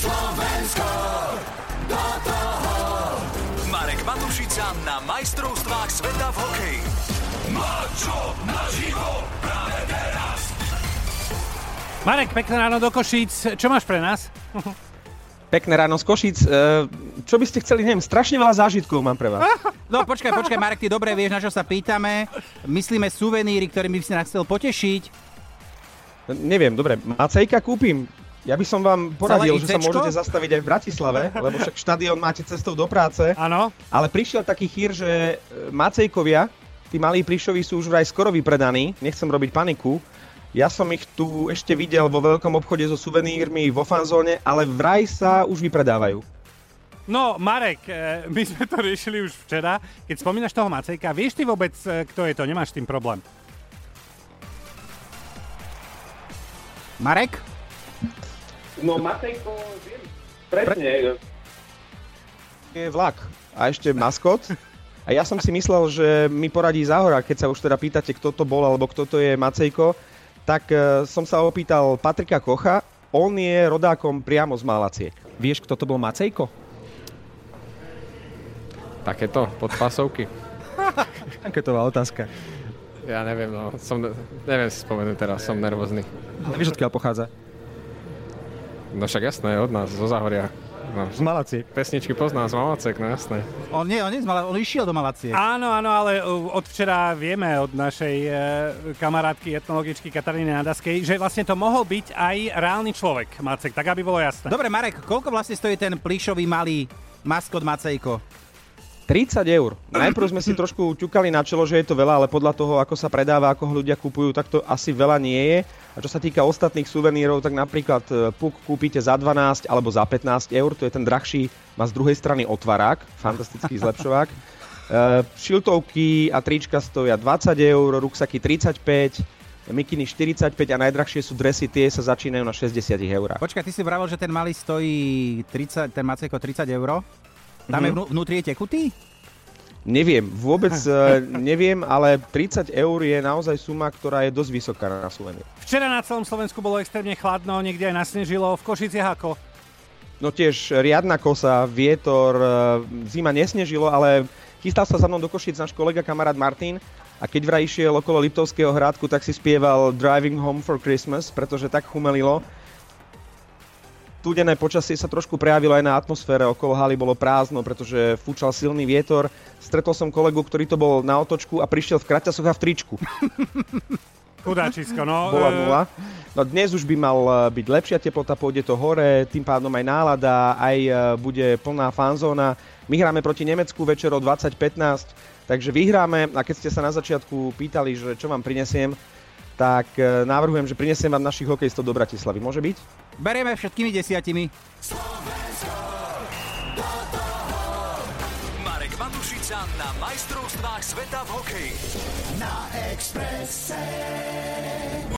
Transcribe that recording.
Slovensko, do toho. Marek Matušica na majstrovstvách sveta v hokeji. Mačo naživo práve teraz. Marek, pekné ráno do Košíc. Čo máš pre nás? Pekné ráno z Košíc. Čo by ste chceli? Neviem, strašne veľa zážitkov mám pre vás. No počkaj, Marek, ty dobre vieš, na čo sa pýtame. Myslíme suveníry, ktorými by si nás chcel potešiť. Neviem, dobre, Macejka kúpim. Ja by som vám poradil, že sa ICčko? môžete zastaviť aj v Bratislave, lebo však štadión máte cestou do práce. Áno. Ale prišiel taký chýr, že Macejkovia, tí malí plišoví sú už vraj skoro vypredaní. Nechcem robiť paniku. Ja som ich tu ešte videl vo veľkom obchode so suvenírmi vo fanzóne, ale vraj sa už vypredávajú. No, Marek, my sme to riešili už včera. Keď spomínaš toho Macejka, vieš ty vôbec, kto je to? Nemáš s tým problém? Marek? No Macejko, viem presne. Je vlak a ešte maskot. A ja som si myslel, že mi poradí Záhora, keď sa už teda pýtate, kto to bol alebo kto to je Macejko, tak som sa opýtal Patrika Kocha. On je rodákom priamo z Malaciek. Vieš, kto to bol Macejko? Takéto podpasovky. Takétová otázka. Ja neviem, no. Neviem si spomenúť teraz, som nervózny. Ale vieš, odkiaľ pochádza? No však jasné, od nás, zo Záhoria. No. Z Malaciek. Pesničky poznám z Malacek, no jasné. On išiel do Malaciek. Áno, ale od včera vieme od našej kamarátky, etnologičky Kataríny Nadaskej, že vlastne to mohol byť aj reálny človek, Macek, tak aby bolo jasné. Dobre, Marek, koľko vlastne stojí ten plišový malý maskot Macejko? 30 eur. Najprv sme si trošku ťukali na čelo, že je to veľa, ale podľa toho, ako sa predáva, ako ho ľudia kupujú, tak to asi veľa nie je. A čo sa týka ostatných suvenírov, tak napríklad puk kúpite za 12 alebo za 15 eur, to je ten drahší, má z druhej strany otvarák, fantastický zlepšovák. Šiltovky a trička stoja 20 eur, ruksaky 35, mikiny 45 a najdrahšie sú dresy, tie sa začínajú na 60 eur. Počkaj, ty si vravel, že ten malý stojí 30, ten Macejko 30 eur? Tam je vnútri je tekutý? Neviem, vôbec neviem, ale 30 eur je naozaj suma, ktorá je dosť vysoká na suvenír. Včera na celom Slovensku bolo extrémne chladno, niekde aj nasnežilo, v Košiciach ako? No tiež riadna kosa, vietor, zima nesnežilo, ale chystal sa za mnou do Košic náš kolega kamarát Martin a keď vraj išiel okolo Liptovského hrádku, tak si spieval Driving Home for Christmas, pretože tak chumelilo. Studené počasie sa trošku prejavilo aj na atmosfére, okolo haly bolo prázdno, pretože fúčal silný vietor. Stretol som kolegu, ktorý to bol na otočku a prišiel v kraťasoch a v tričku. Chudáčisko, no. Bola nula. No dnes už by mal byť lepšia teplota, pôjde to hore, tým pádom aj nálada, aj bude plná fanzóna. My hráme proti Nemecku večer o 20:15, takže vyhráme a keď ste sa na začiatku pýtali, že čo vám prinesiem, tak navrhujem, že prinesiem vám našich hokejistov do Bratislavy. Môže byť? Berieme všetkými 10. Slovensko, do toho. Marek Matušica na majstrovstvách sveta v hokeji. Na Expresse.